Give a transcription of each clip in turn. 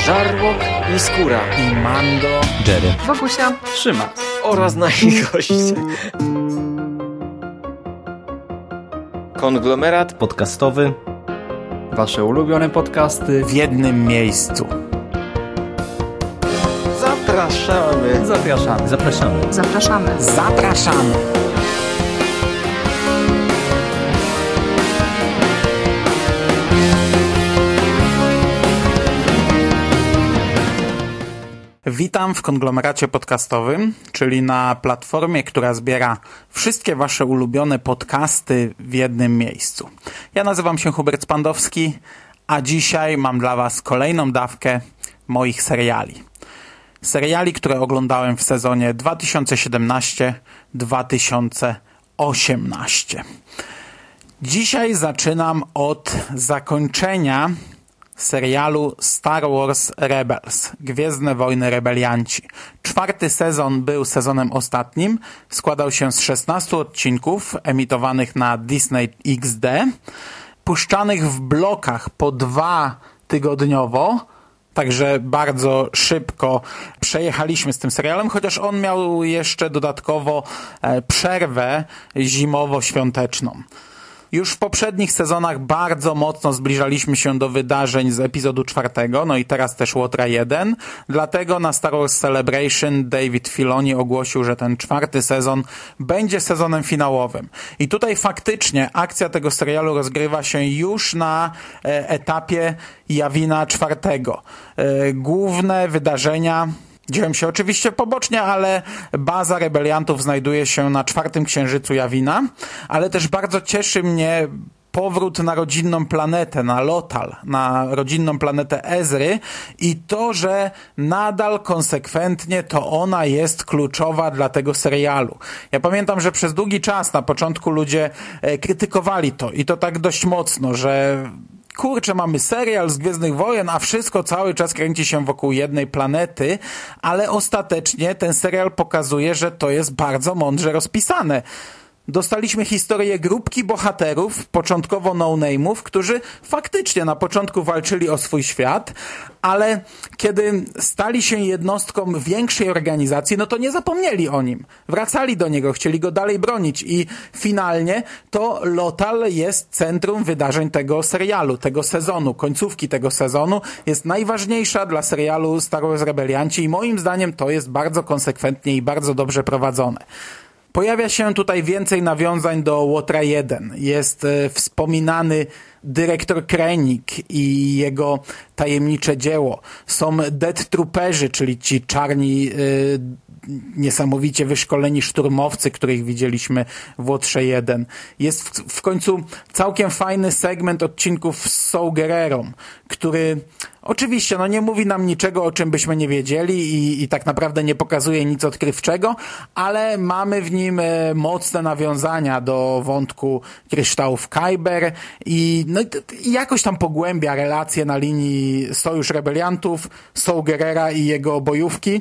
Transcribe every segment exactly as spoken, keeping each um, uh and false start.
Żarłok i Skóra i Mando, Jerry, Wokusia, Szymas oraz nasi goście. Konglomerat podcastowy. Wasze ulubione podcasty w jednym miejscu. Zapraszamy. Zapraszamy. Zapraszamy. zapraszamy. Zapraszamy. Witam w konglomeracie podcastowym, czyli na platformie, która zbiera wszystkie wasze ulubione podcasty w jednym miejscu. Ja nazywam się Hubert Spandowski, a dzisiaj mam dla was kolejną dawkę moich seriali. Seriali, które oglądałem w sezonie dwa tysiące siedemnaście dwa tysiące osiemnaście. Dzisiaj zaczynam od zakończenia serialu Star Wars Rebels, Gwiezdne Wojny Rebelianci. Czwarty sezon był sezonem ostatnim, składał się z szesnastu odcinków emitowanych na Disney X D, puszczanych w blokach po dwa tygodniowo, także bardzo szybko przejechaliśmy z tym serialem, chociaż on miał jeszcze dodatkowo przerwę zimowo-świąteczną. Już w poprzednich sezonach bardzo mocno zbliżaliśmy się do wydarzeń z epizodu czwartego, no i teraz też Łotra jeden. Dlatego na Star Wars Celebration David Filoni ogłosił, że ten czwarty sezon będzie sezonem finałowym. I tutaj faktycznie akcja tego serialu rozgrywa się już na e, etapie Yavina czwartego. E, główne wydarzenia dzieją się oczywiście pobocznie, ale baza rebeliantów znajduje się na czwartym księżycu Yavina, ale też bardzo cieszy mnie powrót na rodzinną planetę, na Lothal, na rodzinną planetę Ezry i to, że nadal konsekwentnie to ona jest kluczowa dla tego serialu. Ja pamiętam, że przez długi czas na początku ludzie krytykowali to i to tak dość mocno, że kurczę, mamy serial z Gwiezdnych Wojen, a wszystko cały czas kręci się wokół jednej planety, ale ostatecznie ten serial pokazuje, że to jest bardzo mądrze rozpisane. Dostaliśmy historię grupki bohaterów, początkowo no-name'ów, którzy faktycznie na początku walczyli o swój świat, ale kiedy stali się jednostką większej organizacji, no to nie zapomnieli o nim. Wracali do niego, chcieli go dalej bronić i finalnie to Lothal jest centrum wydarzeń tego serialu, tego sezonu, końcówki tego sezonu. Jest najważniejsza dla serialu Star Wars Rebelianci i moim zdaniem to jest bardzo konsekwentnie i bardzo dobrze prowadzone. Pojawia się tutaj więcej nawiązań do Łotra jeden. Jest e, wspominany dyrektor Krennic i jego tajemnicze dzieło. Są Death Trooperzy, czyli ci czarni, e, niesamowicie wyszkoleni szturmowcy, których widzieliśmy w Łotrze jeden. Jest w, w końcu całkiem fajny segment odcinków z Saw Gerrerą, który oczywiście no nie mówi nam niczego, o czym byśmy nie wiedzieli i, i tak naprawdę nie pokazuje nic odkrywczego, ale mamy w nim e, mocne nawiązania do wątku kryształów Kyber i, no, i jakoś tam pogłębia relacje na linii Sojusz Rebeliantów, Saw Gerrera i jego bojówki.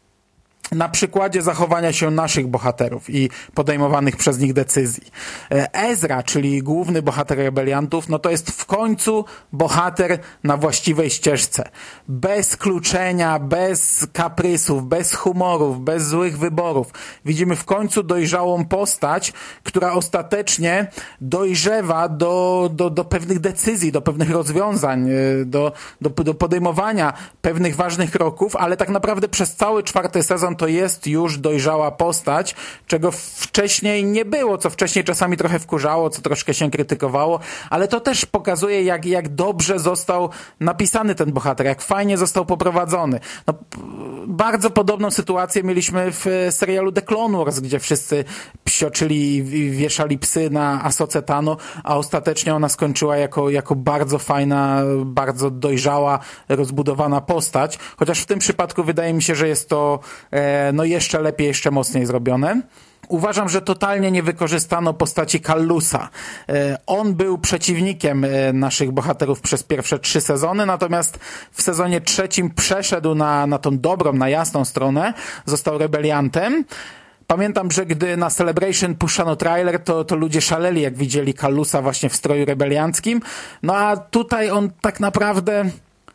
Na przykładzie zachowania się naszych bohaterów i podejmowanych przez nich decyzji. Ezra, czyli główny bohater rebeliantów, no to jest w końcu bohater na właściwej ścieżce. Bez kluczenia, bez kaprysów, bez humorów, bez złych wyborów. Widzimy w końcu dojrzałą postać, która ostatecznie dojrzewa do, do, do pewnych decyzji, do pewnych rozwiązań, do, do, do podejmowania pewnych ważnych kroków, ale tak naprawdę przez cały czwarty sezon to jest już dojrzała postać, czego wcześniej nie było, co wcześniej czasami trochę wkurzało, co troszkę się krytykowało, ale to też pokazuje, jak, jak dobrze został napisany ten bohater, jak fajnie został poprowadzony. No, bardzo podobną sytuację mieliśmy w serialu The Clone Wars, gdzie wszyscy psioczyli i wieszali psy na Ahsoce Tano, a ostatecznie ona skończyła jako, jako bardzo fajna, bardzo dojrzała, rozbudowana postać, chociaż w tym przypadku wydaje mi się, że jest to e, no jeszcze lepiej, jeszcze mocniej zrobione. Uważam, że totalnie nie wykorzystano postaci Kallusa. On był przeciwnikiem naszych bohaterów przez pierwsze trzy sezony, natomiast w sezonie trzecim przeszedł na, na tą dobrą, na jasną stronę, został rebeliantem. Pamiętam, że gdy na Celebration puszczano trailer, to, to ludzie szaleli, jak widzieli Kallusa właśnie w stroju rebelianckim. No a tutaj on tak naprawdę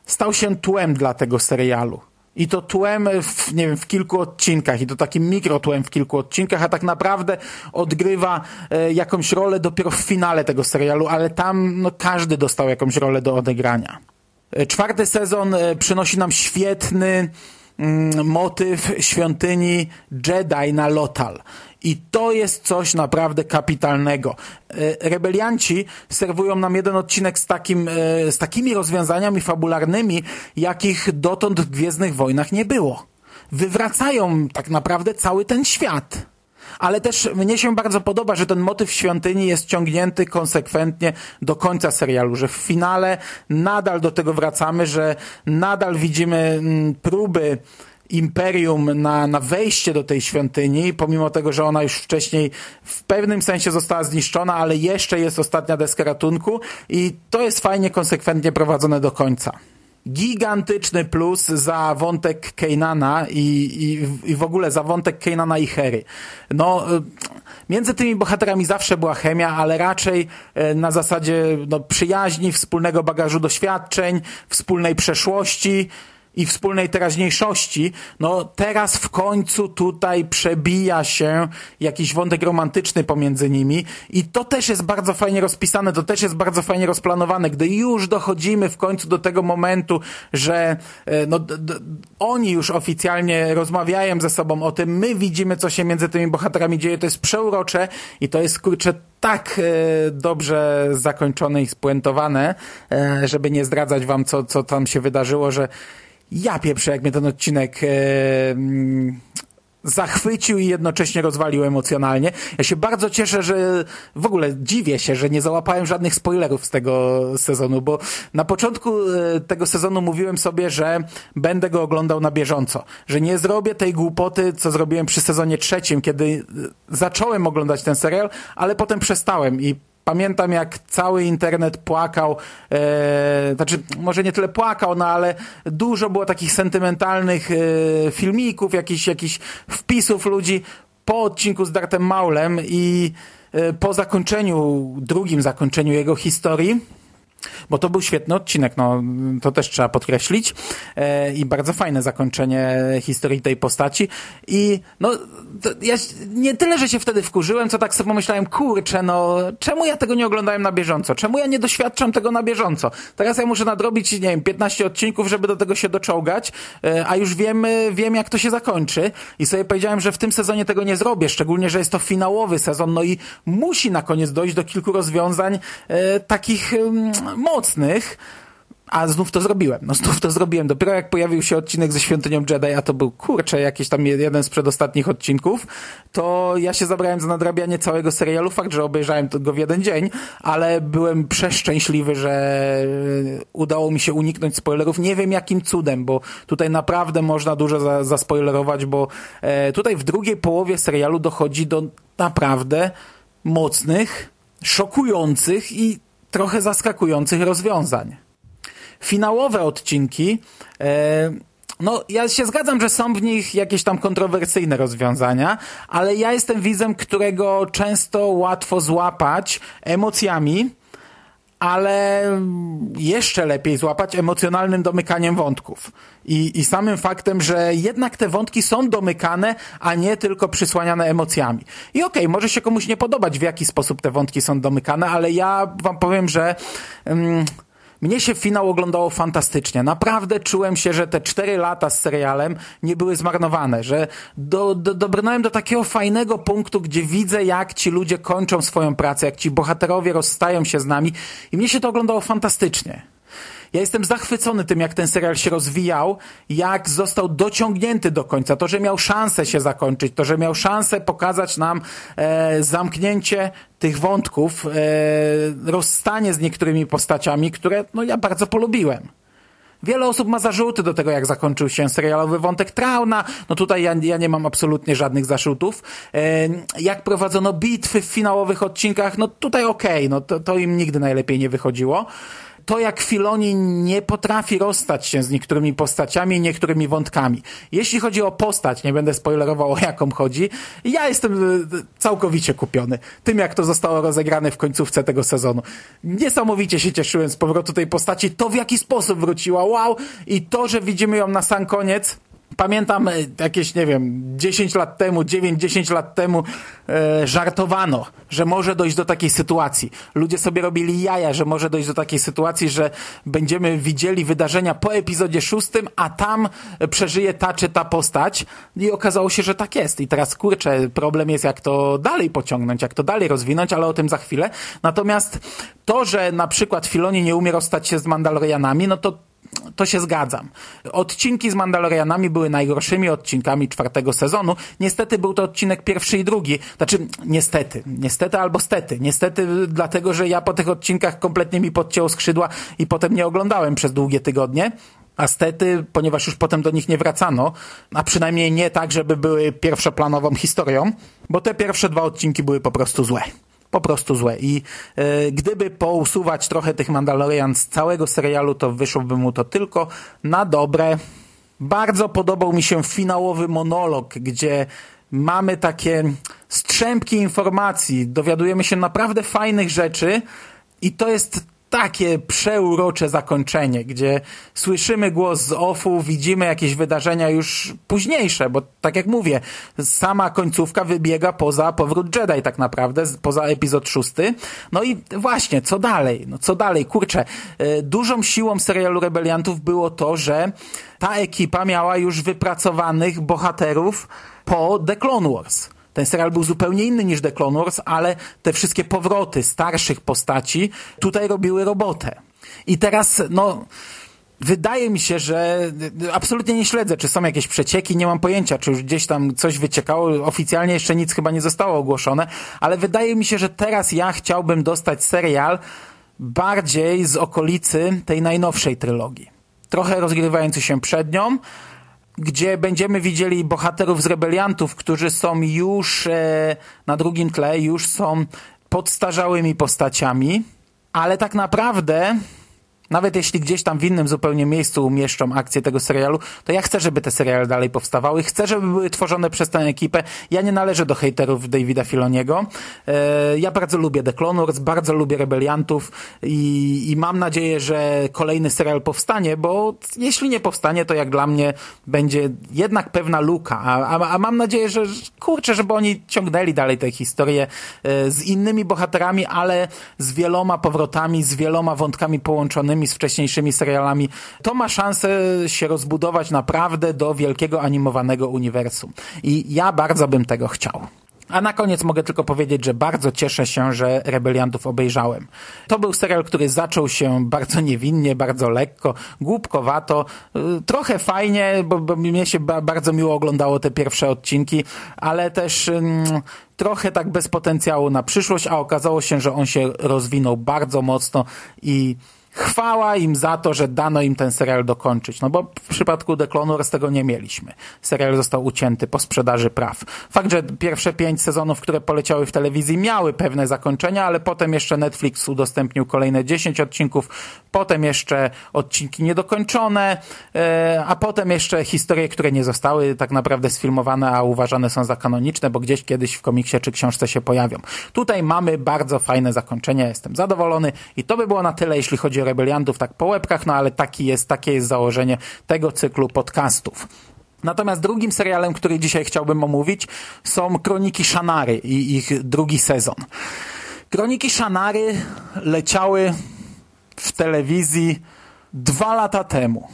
stał się tłem dla tego serialu. I to tłem w, nie wiem, w kilku odcinkach i to takim mikrotłem w kilku odcinkach, a tak naprawdę odgrywa e, jakąś rolę dopiero w finale tego serialu, ale tam no, każdy dostał jakąś rolę do odegrania. E, czwarty sezon e, przynosi nam świetny mm, motyw świątyni Jedi na Lothal. I to jest coś naprawdę kapitalnego. E, rebelianci serwują nam jeden odcinek z, takim, e, z takimi rozwiązaniami fabularnymi, jakich dotąd w Gwiezdnych Wojnach nie było. Wywracają tak naprawdę cały ten świat. Ale też mnie się bardzo podoba, że ten motyw świątyni jest ciągnięty konsekwentnie do końca serialu, że w finale nadal do tego wracamy, że nadal widzimy mm, próby Imperium na, na wejście do tej świątyni, pomimo tego, że ona już wcześniej w pewnym sensie została zniszczona, ale jeszcze jest ostatnia deska ratunku i to jest fajnie, konsekwentnie prowadzone do końca. Gigantyczny plus za wątek Kanana i, i, i w ogóle za wątek Kanana i Hera. No, między tymi bohaterami zawsze była chemia, ale raczej na zasadzie no, przyjaźni, wspólnego bagażu doświadczeń, wspólnej przeszłości i wspólnej teraźniejszości. No teraz w końcu tutaj przebija się jakiś wątek romantyczny pomiędzy nimi i to też jest bardzo fajnie rozpisane, to też jest bardzo fajnie rozplanowane, gdy już dochodzimy w końcu do tego momentu, że no, d- d- oni już oficjalnie rozmawiają ze sobą o tym, my widzimy, co się między tymi bohaterami dzieje, to jest przeurocze i to jest, kurczę, tak e, dobrze zakończone i spuentowane, e, żeby nie zdradzać wam, co, co tam się wydarzyło, że ja pieprzę, jak mnie ten odcinek e, mm, zachwycił i jednocześnie rozwalił emocjonalnie. Ja się bardzo cieszę, że w ogóle dziwię się, że nie załapałem żadnych spoilerów z tego sezonu, bo na początku e, tego sezonu mówiłem sobie, że będę go oglądał na bieżąco, że nie zrobię tej głupoty, co zrobiłem przy sezonie trzecim, kiedy zacząłem oglądać ten serial, ale potem przestałem i pamiętam, jak cały internet płakał, e, znaczy może nie tyle płakał, no ale dużo było takich sentymentalnych e, filmików, jakichś jakichś wpisów ludzi po odcinku z Darthem Maulem i e, po zakończeniu, drugim zakończeniu jego historii, bo to był świetny odcinek, no to też trzeba podkreślić e, i bardzo fajne zakończenie historii tej postaci i no ja nie tyle, że się wtedy wkurzyłem, co tak sobie pomyślałem, kurczę, no czemu ja tego nie oglądałem na bieżąco? Czemu ja nie doświadczam tego na bieżąco? Teraz ja muszę nadrobić, nie wiem, piętnaście odcinków, żeby do tego się doczołgać, e, a już wiem, wiem jak to się zakończy i sobie powiedziałem, że w tym sezonie tego nie zrobię, szczególnie, że jest to finałowy sezon, no i musi na koniec dojść do kilku rozwiązań e, takich e, mocnych, a znów to zrobiłem. No znów to zrobiłem. Dopiero jak pojawił się odcinek ze Świątynią Jedi, a to był, kurczę, jakiś tam jeden z przedostatnich odcinków, to ja się zabrałem za nadrabianie całego serialu. Fakt, że obejrzałem to go w jeden dzień, ale byłem przeszczęśliwy, że udało mi się uniknąć spoilerów. Nie wiem jakim cudem, bo tutaj naprawdę można dużo za, zaspoilerować, bo e, tutaj w drugiej połowie serialu dochodzi do naprawdę mocnych, szokujących i trochę zaskakujących rozwiązań. Finałowe odcinki, e, no ja się zgadzam, że są w nich jakieś tam kontrowersyjne rozwiązania, ale ja jestem widzem, którego często łatwo złapać emocjami, ale jeszcze lepiej złapać emocjonalnym domykaniem wątków. I, i samym faktem, że jednak te wątki są domykane, a nie tylko przysłaniane emocjami. I okej, okay, może się komuś nie podobać, w jaki sposób te wątki są domykane, ale ja wam powiem, że um, mnie się finał oglądało fantastycznie. Naprawdę czułem się, że te cztery lata z serialem nie były zmarnowane, że do, do, dobrnąłem do takiego fajnego punktu, gdzie widzę, jak ci ludzie kończą swoją pracę, jak ci bohaterowie rozstają się z nami i mnie się to oglądało fantastycznie. Ja jestem zachwycony tym, jak ten serial się rozwijał, jak został dociągnięty do końca. To, że miał szansę się zakończyć, to, że miał szansę pokazać nam e, zamknięcie tych wątków, e, rozstanie z niektórymi postaciami, które no, ja bardzo polubiłem. Wiele osób ma zarzuty do tego, jak zakończył się serialowy wątek Trauna. No tutaj ja, ja nie mam absolutnie żadnych zarzutów. E, jak prowadzono bitwy w finałowych odcinkach, no tutaj okej, okay, no to, to im nigdy najlepiej nie wychodziło. to jak Filoni nie potrafi rozstać się z niektórymi postaciami, niektórymi wątkami. Jeśli chodzi o postać, nie będę spoilerował, o jaką chodzi, ja jestem całkowicie kupiony tym, jak to zostało rozegrane w końcówce tego sezonu. Niesamowicie się cieszyłem z powrotu tej postaci, to w jaki sposób wróciła, wow, i to, że widzimy ją na sam koniec. Pamiętam jakieś, nie wiem, dziesięć lat temu, dziewięć dziesięć lat temu e, żartowano, że może dojść do takiej sytuacji. Ludzie sobie robili jaja, że może dojść do takiej sytuacji, że będziemy widzieli wydarzenia po epizodzie szóstym, a tam przeżyje ta czy ta postać. I okazało się, że tak jest. I teraz, kurczę, problem jest, jak to dalej pociągnąć, jak to dalej rozwinąć, ale o tym za chwilę. Natomiast to, że na przykład Filoni nie umie rozstać się z Mandalorianami, no to to się zgadzam. Odcinki z Mandalorianami były najgorszymi odcinkami czwartego sezonu. Niestety był to odcinek pierwszy i drugi. Znaczy, niestety. Niestety albo stety. Niestety dlatego, że ja po tych odcinkach kompletnie mi podcięło skrzydła i potem nie oglądałem przez długie tygodnie. A stety, ponieważ już potem do nich nie wracano, a przynajmniej nie tak, żeby były pierwszoplanową historią, bo te pierwsze dwa odcinki były po prostu złe. Po prostu złe. I e, gdyby pousuwać trochę tych Mandalorian z całego serialu, to wyszłoby mu to tylko na dobre. Bardzo podobał mi się finałowy monolog, gdzie mamy takie strzępki informacji, dowiadujemy się naprawdę fajnych rzeczy i to jest takie przeurocze zakończenie, gdzie słyszymy głos z offu, widzimy jakieś wydarzenia już późniejsze, bo tak jak mówię, sama końcówka wybiega poza Powrót Jedi tak naprawdę, poza epizod szósty. No i właśnie, co dalej? No co dalej? Kurczę, dużą siłą serialu Rebeliantów było to, że ta ekipa miała już wypracowanych bohaterów po The Clone Wars. Ten serial był zupełnie inny niż The Clone Wars, ale te wszystkie powroty starszych postaci tutaj robiły robotę. I teraz, no, wydaje mi się, że absolutnie nie śledzę, czy są jakieś przecieki, nie mam pojęcia, czy już gdzieś tam coś wyciekało. Oficjalnie jeszcze nic chyba nie zostało ogłoszone, ale wydaje mi się, że teraz ja chciałbym dostać serial bardziej z okolicy tej najnowszej trylogii. Trochę rozgrywający się przed nią, gdzie będziemy widzieli bohaterów z Rebeliantów, którzy są już e, na drugim tle, już są podstarzałymi postaciami, ale tak naprawdę, nawet jeśli gdzieś tam w innym zupełnie miejscu umieszczą akcję tego serialu, to ja chcę, żeby te seriale dalej powstawały. Chcę, żeby były tworzone przez tę ekipę. Ja nie należę do hejterów Davida Filoniego. E, ja bardzo lubię The Clone Wars, bardzo lubię Rebeliantów i, i mam nadzieję, że kolejny serial powstanie, bo jeśli nie powstanie, to jak dla mnie będzie jednak pewna luka. A, a, a mam nadzieję, że kurczę, żeby oni ciągnęli dalej tę historię e, z innymi bohaterami, ale z wieloma powrotami, z wieloma wątkami połączonymi z wcześniejszymi serialami. To ma szansę się rozbudować naprawdę do wielkiego animowanego uniwersum. I ja bardzo bym tego chciał. A na koniec mogę tylko powiedzieć, że bardzo cieszę się, że Rebeliantów obejrzałem. To był serial, który zaczął się bardzo niewinnie, bardzo lekko, głupkowato, trochę fajnie, bo, bo mnie się ba- bardzo miło oglądało te pierwsze odcinki, ale też mm, trochę tak bez potencjału na przyszłość, a okazało się, że on się rozwinął bardzo mocno i chwała im za to, że dano im ten serial dokończyć. No bo w przypadku The Clone Wars tego nie mieliśmy. Serial został ucięty po sprzedaży praw. Fakt, że pierwsze pięć sezonów, które poleciały w telewizji, miały pewne zakończenia, ale potem jeszcze Netflix udostępnił kolejne dziesięć odcinków, potem jeszcze odcinki niedokończone, a potem jeszcze historie, które nie zostały tak naprawdę sfilmowane, a uważane są za kanoniczne, bo gdzieś kiedyś w komiksie czy książce się pojawią. Tutaj mamy bardzo fajne zakończenie, jestem zadowolony i to by było na tyle, jeśli chodzi o Rebeliantów, tak po łebkach, no ale taki jest, takie jest założenie tego cyklu podcastów. Natomiast drugim serialem, który dzisiaj chciałbym omówić, są Kroniki Shannary i ich drugi sezon. Kroniki Shannary leciały w telewizji dwa lata temu.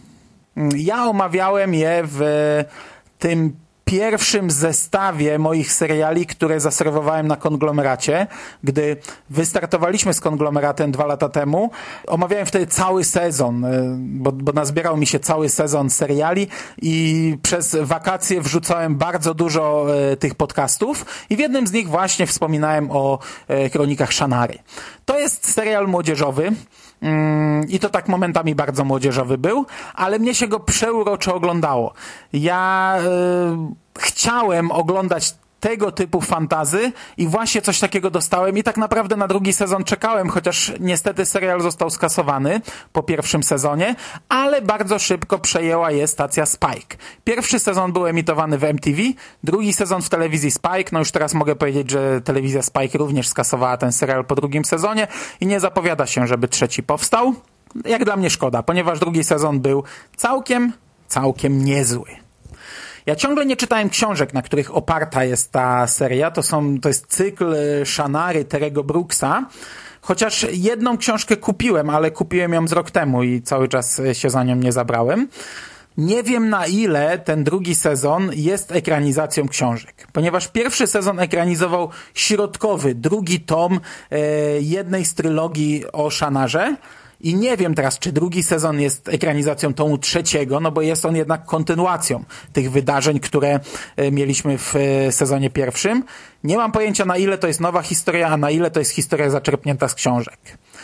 Ja omawiałem je w tym pierwszym zestawie moich seriali, które zaserwowałem na Konglomeracie, gdy wystartowaliśmy z Konglomeratem dwa lata temu. Omawiałem wtedy cały sezon, bo, bo nazbierał mi się cały sezon seriali i przez wakacje wrzucałem bardzo dużo e, tych podcastów i w jednym z nich właśnie wspominałem o e, Kronikach Shannary. To jest serial młodzieżowy, i to tak momentami bardzo młodzieżowy był, ale mnie się go przeuroczo oglądało. Ja y, chciałem oglądać tego typu fantazy i właśnie coś takiego dostałem i tak naprawdę na drugi sezon czekałem, chociaż niestety serial został skasowany po pierwszym sezonie, ale bardzo szybko przejęła je stacja Spike. Pierwszy sezon był emitowany w M T V, drugi sezon w telewizji Spike, no już teraz mogę powiedzieć, że telewizja Spike również skasowała ten serial po drugim sezonie i nie zapowiada się, żeby trzeci powstał. Jak dla mnie szkoda, ponieważ drugi sezon był całkiem, całkiem niezły. Ja ciągle nie czytałem książek, na których oparta jest ta seria. To są, to jest cykl Shannary Terry'ego Brooksa. Chociaż jedną książkę kupiłem, ale kupiłem ją z rok temu i cały czas się za nią nie zabrałem. Nie wiem, na ile ten drugi sezon jest ekranizacją książek, ponieważ pierwszy sezon ekranizował środkowy, drugi tom e, jednej z trylogii o Shannarze. I nie wiem teraz, czy drugi sezon jest ekranizacją tomu trzeciego, no bo jest on jednak kontynuacją tych wydarzeń, które mieliśmy w sezonie pierwszym. Nie mam pojęcia, na ile to jest nowa historia, a na ile to jest historia zaczerpnięta z książek.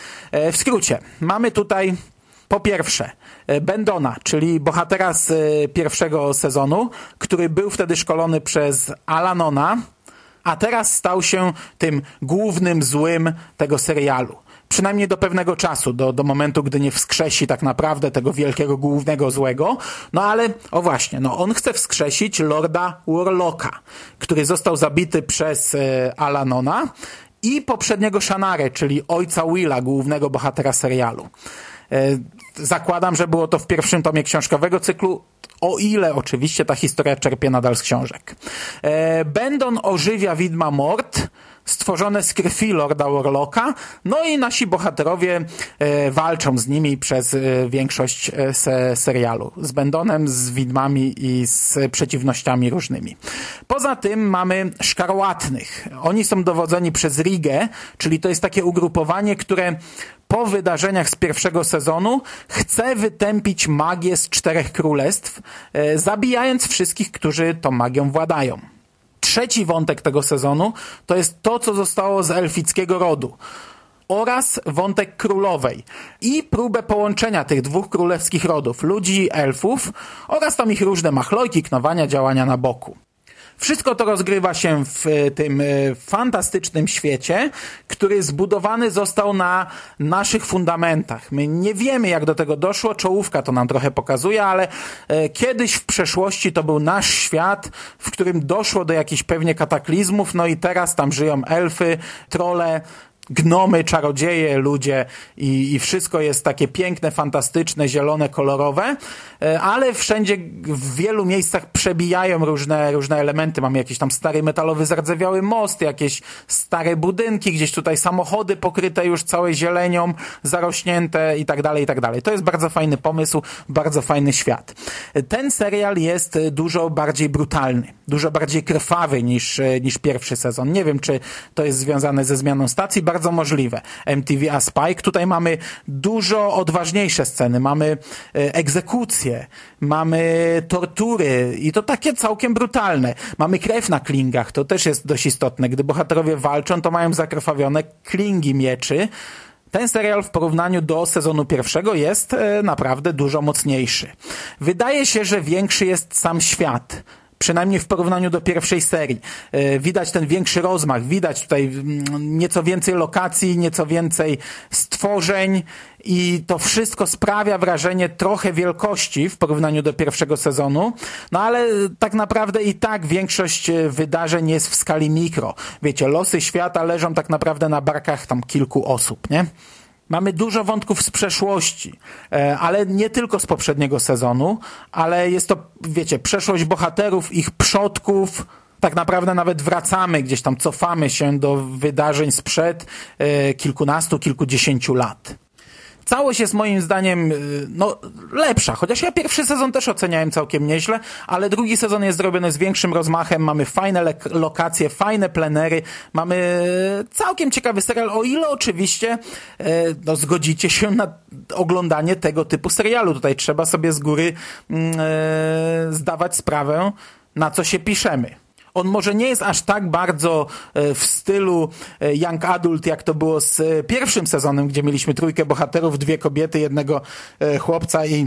W skrócie, mamy tutaj po pierwsze Bendona, czyli bohatera z pierwszego sezonu, który był wtedy szkolony przez Alanona, a teraz stał się tym głównym złym tego serialu. Przynajmniej do pewnego czasu, do, do momentu, gdy nie wskrzesi tak naprawdę tego wielkiego, głównego złego. No ale, o właśnie, no on chce wskrzesić Lorda Warlocka, który został zabity przez e, Alanona i poprzedniego Shannary, czyli ojca Willa, głównego bohatera serialu. E, zakładam, że było to w pierwszym tomie książkowego cyklu, o ile oczywiście ta historia czerpie nadal z książek. E, Bendon ożywia widma Mort, stworzone z krwi Lorda Warlocka, no i nasi bohaterowie e, walczą z nimi przez e, większość e, se, serialu. Z Bendonem, z widmami i z przeciwnościami różnymi. Poza tym mamy Szkarłatnych. Oni są dowodzeni przez Rigę, czyli to jest takie ugrupowanie, które po wydarzeniach z pierwszego sezonu chce wytępić magię z czterech królestw, e, zabijając wszystkich, którzy tą magią władają. Trzeci wątek tego sezonu to jest to, co zostało z elfickiego rodu oraz wątek królowej i próbę połączenia tych dwóch królewskich rodów, ludzi i elfów oraz tam ich różne machlojki, knowania, działania na boku. Wszystko to rozgrywa się w tym fantastycznym świecie, który zbudowany został na naszych fundamentach. My nie wiemy, jak do tego doszło, czołówka to nam trochę pokazuje, ale kiedyś w przeszłości to był nasz świat, w którym doszło do jakichś pewnie kataklizmów, no i teraz tam żyją elfy, trolle, gnomy, czarodzieje, ludzie i, i wszystko jest takie piękne, fantastyczne, zielone, kolorowe, ale wszędzie w wielu miejscach przebijają różne, różne elementy. Mamy jakiś tam stary metalowy zardzewiały most, jakieś stare budynki, gdzieś tutaj samochody pokryte już całe zielenią, zarośnięte i tak dalej, i tak dalej. To jest bardzo fajny pomysł, bardzo fajny świat. Ten serial jest dużo bardziej brutalny, dużo bardziej krwawy niż, niż pierwszy sezon. Nie wiem, czy to jest związane ze zmianą stacji, bardzo możliwe. M T V a Spike. Tutaj mamy dużo odważniejsze sceny. Mamy egzekucje, mamy tortury i to takie całkiem brutalne. Mamy krew na klingach. To też jest dość istotne. Gdy bohaterowie walczą, to mają zakrwawione klingi mieczy. Ten serial w porównaniu do sezonu pierwszego jest naprawdę dużo mocniejszy. Wydaje się, że większy jest sam świat. Przynajmniej w porównaniu do pierwszej serii. Widać ten większy rozmach, widać tutaj nieco więcej lokacji, nieco więcej stworzeń i to wszystko sprawia wrażenie trochę wielkości w porównaniu do pierwszego sezonu, no ale tak naprawdę i tak większość wydarzeń jest w skali mikro. Wiecie, losy świata leżą tak naprawdę na barkach tam kilku osób, nie? Mamy dużo wątków z przeszłości, ale nie tylko z poprzedniego sezonu, ale jest to, wiecie, przeszłość bohaterów, ich przodków. Tak naprawdę nawet wracamy, gdzieś tam cofamy się do wydarzeń sprzed kilkunastu, kilkudziesięciu lat. Całość jest moim zdaniem no, lepsza, chociaż ja pierwszy sezon też oceniałem całkiem nieźle, ale drugi sezon jest zrobiony z większym rozmachem, mamy fajne le- lokacje, fajne plenery, mamy całkiem ciekawy serial, o ile oczywiście e, no, zgodzicie się na oglądanie tego typu serialu. Tutaj trzeba sobie z góry mm, e, zdawać sprawę, na co się piszemy. On może nie jest aż tak bardzo w stylu young adult, jak to było z pierwszym sezonem, gdzie mieliśmy trójkę bohaterów, dwie kobiety, jednego chłopca i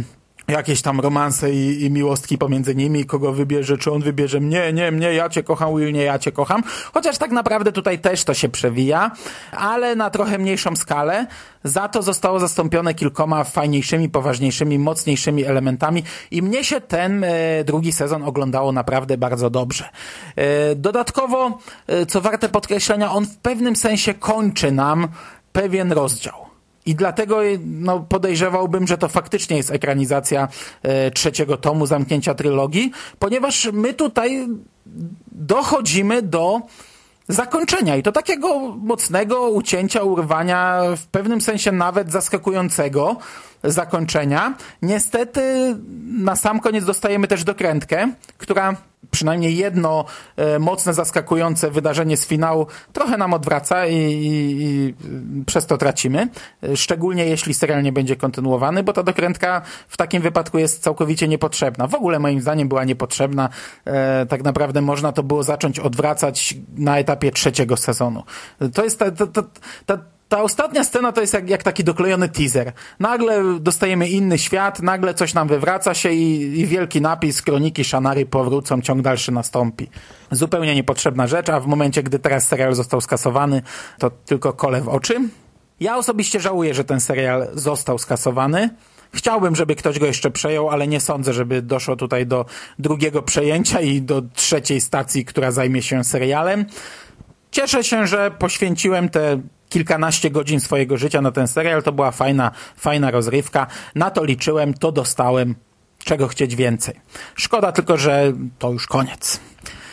jakieś tam romanse i, i miłostki pomiędzy nimi, kogo wybierze, czy on wybierze mnie, nie, mnie, ja cię kocham, Will, nie, ja cię kocham. Chociaż tak naprawdę tutaj też to się przewija, ale na trochę mniejszą skalę. Za to zostało zastąpione kilkoma fajniejszymi, poważniejszymi, mocniejszymi elementami i mnie się ten e, drugi sezon oglądało naprawdę bardzo dobrze. E, dodatkowo, e, co warte podkreślenia, on w pewnym sensie kończy nam pewien rozdział. I dlatego no, podejrzewałbym, że to faktycznie jest ekranizacja e, trzeciego tomu zamknięcia trylogii, ponieważ my tutaj dochodzimy do zakończenia i to takiego mocnego ucięcia, urwania, w pewnym sensie nawet zaskakującego zakończenia. Niestety na sam koniec dostajemy też dokrętkę, która przynajmniej jedno e, mocne, zaskakujące wydarzenie z finału trochę nam odwraca i, i, i przez to tracimy. Szczególnie jeśli serial nie będzie kontynuowany, bo ta dokrętka w takim wypadku jest całkowicie niepotrzebna. W ogóle moim zdaniem była niepotrzebna. E, tak naprawdę można to było zacząć odwracać na etapie trzeciego sezonu. To jest ta, ta, ta, ta Ta ostatnia scena to jest jak, jak taki doklejony teaser. Nagle dostajemy inny świat, nagle coś nam wywraca się i, i wielki napis Kroniki Shannary powrócą, ciąg dalszy nastąpi. Zupełnie niepotrzebna rzecz, a w momencie, gdy teraz serial został skasowany, to tylko kole w oczy. Ja osobiście żałuję, że ten serial został skasowany. Chciałbym, żeby ktoś go jeszcze przejął, ale nie sądzę, żeby doszło tutaj do drugiego przejęcia i do trzeciej stacji, która zajmie się serialem. Cieszę się, że poświęciłem te kilkanaście godzin swojego życia na ten serial. To była fajna, fajna rozrywka. Na to liczyłem, to dostałem. Czego chcieć więcej. Szkoda tylko, że to już koniec.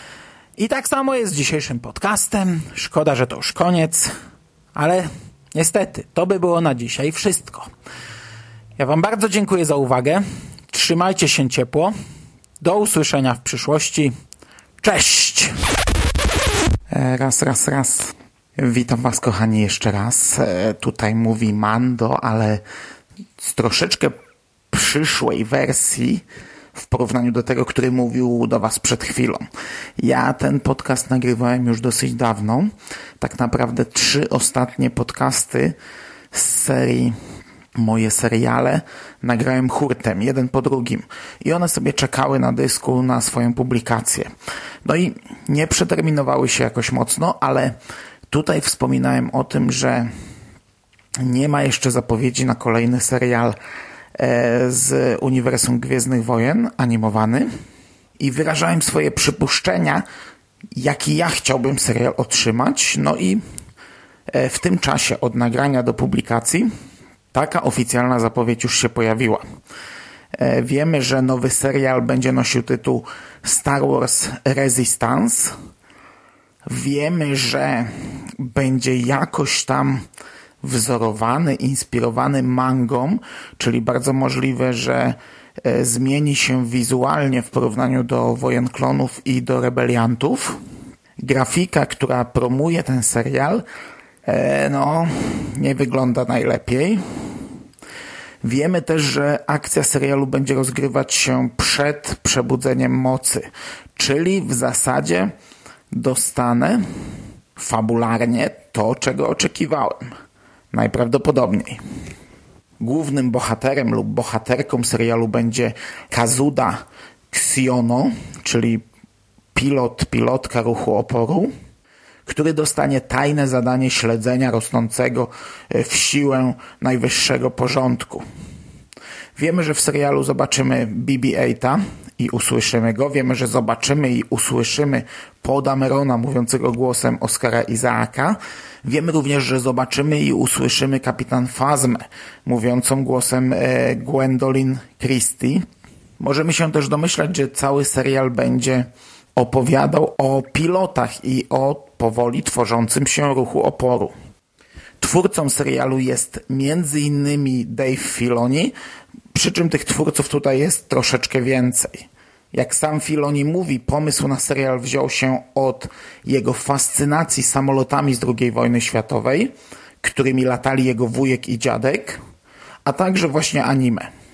I tak samo jest z dzisiejszym podcastem. Szkoda, że to już koniec. Ale niestety, to by było na dzisiaj wszystko. Ja wam bardzo dziękuję za uwagę. Trzymajcie się ciepło. Do usłyszenia w przyszłości. Cześć! Raz, raz, raz. Witam was, kochani, jeszcze raz. E, tutaj mówi Mando, ale z troszeczkę przyszłej wersji w porównaniu do tego, który mówił do was przed chwilą. Ja ten podcast nagrywałem już dosyć dawno. Tak naprawdę trzy ostatnie podcasty z serii Moje seriale nagrałem hurtem, jeden po drugim. I one sobie czekały na dysku na swoją publikację. No i nie przeterminowały się jakoś mocno, ale tutaj wspominałem o tym, że nie ma jeszcze zapowiedzi na kolejny serial z uniwersum Gwiezdnych Wojen animowany i wyrażałem swoje przypuszczenia, jaki ja chciałbym serial otrzymać. No i w tym czasie od nagrania do publikacji taka oficjalna zapowiedź już się pojawiła. Wiemy, że nowy serial będzie nosił tytuł Star Wars Resistance. Wiemy, że będzie jakoś tam wzorowany, inspirowany mangą, czyli bardzo możliwe, że e, zmieni się wizualnie w porównaniu do Wojen Klonów i do Rebeliantów. Grafika, która promuje ten serial, e, no, nie wygląda najlepiej. Wiemy też, że akcja serialu będzie rozgrywać się przed przebudzeniem mocy, czyli w zasadzie dostanę fabularnie to, czego oczekiwałem. Najprawdopodobniej. Głównym bohaterem lub bohaterką serialu będzie Kazuda Xiono, czyli pilot, pilotka ruchu oporu, który dostanie tajne zadanie śledzenia rosnącego w siłę najwyższego porządku. Wiemy, że w serialu zobaczymy B B osiem i usłyszymy go. Wiemy, że zobaczymy i usłyszymy Poe Damerona mówiącego głosem Oscara Isaaka. Wiemy również, że zobaczymy i usłyszymy kapitan Phasmę mówiącą głosem e, Gwendolyn Christie. Możemy się też domyślać, że cały serial będzie opowiadał o pilotach i o powoli tworzącym się ruchu oporu. Twórcą serialu jest między innymi Dave Filoni, przy czym tych twórców tutaj jest troszeczkę więcej. Jak sam Filoni mówi, pomysł na serial wziął się od jego fascynacji samolotami z drugiej wojny światowej, którymi latali jego wujek i dziadek, a także właśnie anime.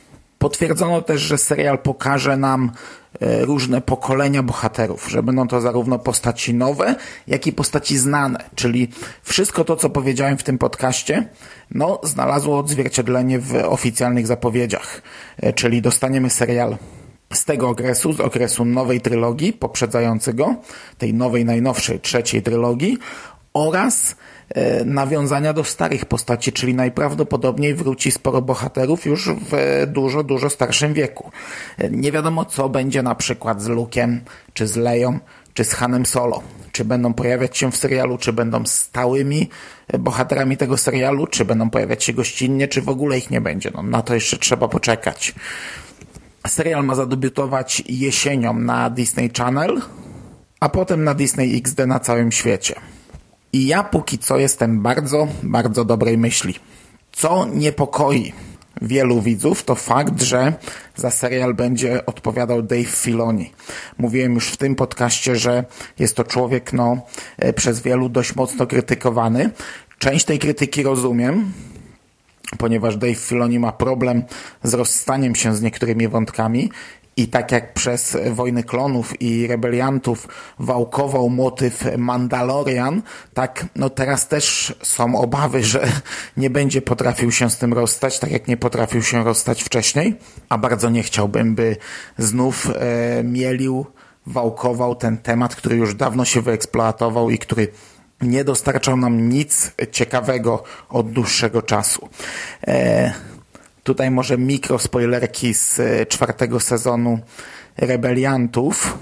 Potwierdzono też, że serial pokaże nam różne pokolenia bohaterów, że będą to zarówno postaci nowe, jak i postaci znane, czyli wszystko to, co powiedziałem w tym podcaście, no, znalazło odzwierciedlenie w oficjalnych zapowiedziach, czyli dostaniemy serial z tego okresu, z okresu nowej trylogii poprzedzającego, tej nowej, najnowszej, trzeciej trylogii oraz e, nawiązania do starych postaci, czyli najprawdopodobniej wróci sporo bohaterów już w dużo, dużo starszym wieku. E, nie wiadomo, co będzie na przykład z Luke'em, czy z Leią, czy z Hanem Solo. Czy będą pojawiać się w serialu, czy będą stałymi bohaterami tego serialu, czy będą pojawiać się gościnnie, czy w ogóle ich nie będzie. No, na to jeszcze trzeba poczekać. Serial ma zadebiutować jesienią na Disney Channel, a potem na Disney X D na całym świecie. I ja póki co jestem bardzo, bardzo dobrej myśli. Co niepokoi wielu widzów, to fakt, że za serial będzie odpowiadał Dave Filoni. Mówiłem już w tym podcaście, że jest to człowiek no, przez wielu dość mocno krytykowany. Część tej krytyki rozumiem, ponieważ Dave Filoni ma problem z rozstaniem się z niektórymi wątkami i tak jak przez Wojny Klonów i Rebeliantów wałkował motyw Mandalorian, tak no teraz też są obawy, że nie będzie potrafił się z tym rozstać, tak jak nie potrafił się rozstać wcześniej, a bardzo nie chciałbym, by znów e, mielił, wałkował ten temat, który już dawno się wyeksploatował i który nie dostarczał nam nic ciekawego od dłuższego czasu. E, tutaj może mikrospoilerki z czwartego sezonu Rebeliantów.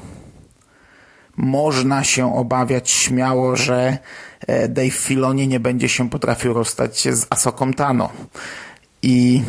Można się obawiać śmiało, że Dave Filoni nie będzie się potrafił rozstać z Asoką Tano. I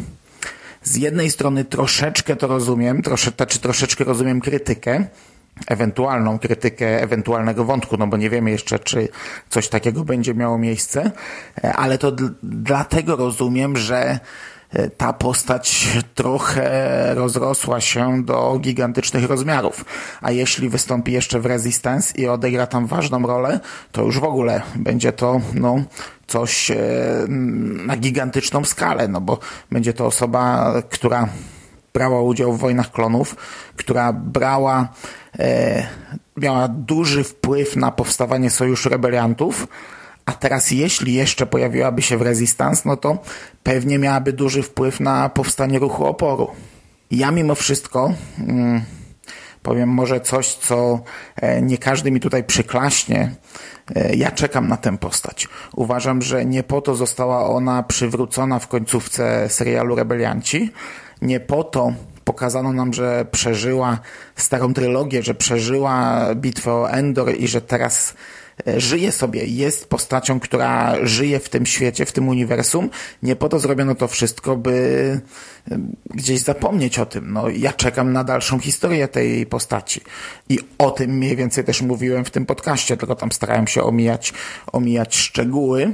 z jednej strony troszeczkę to rozumiem, trosze, czy troszeczkę rozumiem krytykę, ewentualną krytykę ewentualnego wątku, no bo nie wiemy jeszcze, czy coś takiego będzie miało miejsce, ale to d- dlatego rozumiem, że ta postać trochę rozrosła się do gigantycznych rozmiarów, a jeśli wystąpi jeszcze w Resistance i odegra tam ważną rolę, to już w ogóle będzie to no, coś e, na gigantyczną skalę, no bo będzie to osoba, która brała udział w Wojnach Klonów, która brała, e, miała duży wpływ na powstawanie Sojuszu Rebeliantów, a teraz jeśli jeszcze pojawiłaby się w Resistance, no to pewnie miałaby duży wpływ na powstanie ruchu oporu. Ja mimo wszystko mm, powiem może coś, co e, nie każdy mi tutaj przyklaśnie. E, ja czekam na tę postać. Uważam, że nie po to została ona przywrócona w końcówce serialu Rebelianci. Nie po to pokazano nam, że przeżyła starą trylogię, że przeżyła bitwę o Endor i że teraz żyje sobie, jest postacią, która żyje w tym świecie, w tym uniwersum. Nie po to zrobiono to wszystko, by gdzieś zapomnieć o tym. No, ja czekam na dalszą historię tej postaci. I o tym mniej więcej też mówiłem w tym podcaście, tylko tam starałem się omijać, omijać szczegóły.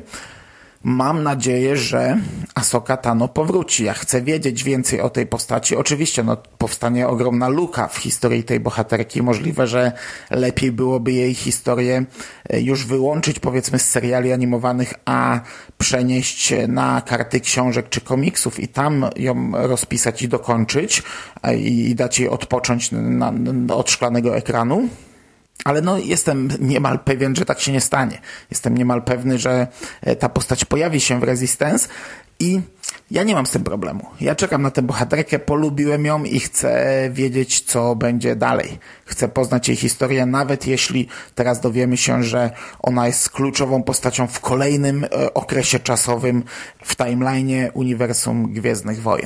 Mam nadzieję, że Asoka Tano powróci. Ja chcę wiedzieć więcej o tej postaci. Oczywiście no, powstanie ogromna luka w historii tej bohaterki. Możliwe, że lepiej byłoby jej historię już wyłączyć powiedzmy z seriali animowanych, a przenieść na karty książek czy komiksów i tam ją rozpisać i dokończyć i, i dać jej odpocząć na, na, od szklanego ekranu. Ale no jestem niemal pewien, że tak się nie stanie. Jestem niemal pewny, że ta postać pojawi się w Resistance i ja nie mam z tym problemu. Ja czekam na tę bohaterkę, polubiłem ją i chcę wiedzieć, co będzie dalej. Chcę poznać jej historię, nawet jeśli teraz dowiemy się, że ona jest kluczową postacią w kolejnym e, okresie czasowym w timeline'ie uniwersum Gwiezdnych Wojen.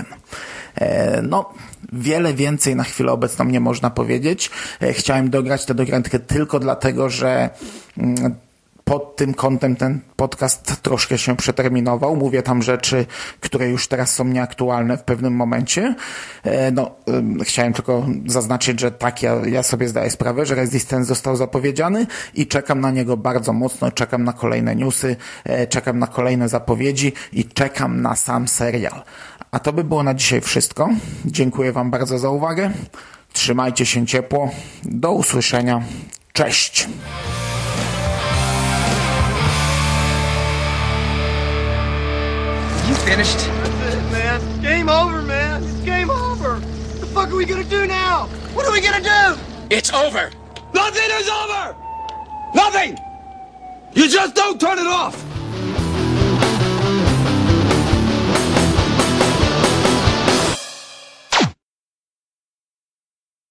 E, no, wiele więcej na chwilę obecną nie można powiedzieć. E, chciałem dograć tę dogrętkę tylko dlatego, że mm, pod tym kątem ten podcast troszkę się przeterminował. Mówię tam rzeczy, które już teraz są nieaktualne w pewnym momencie. No, chciałem tylko zaznaczyć, że tak, ja, ja sobie zdaję sprawę, że Resistance został zapowiedziany i czekam na niego bardzo mocno. Czekam na kolejne newsy, czekam na kolejne zapowiedzi i czekam na sam serial. A to by było na dzisiaj wszystko. Dziękuję Wam bardzo za uwagę. Trzymajcie się ciepło. Do usłyszenia. Cześć! You finished? That's it, man. Game over, man. It's game over. we gonna do now? What are we gonna do? It's over. Nothing is over! Nothing! You just don't turn it off!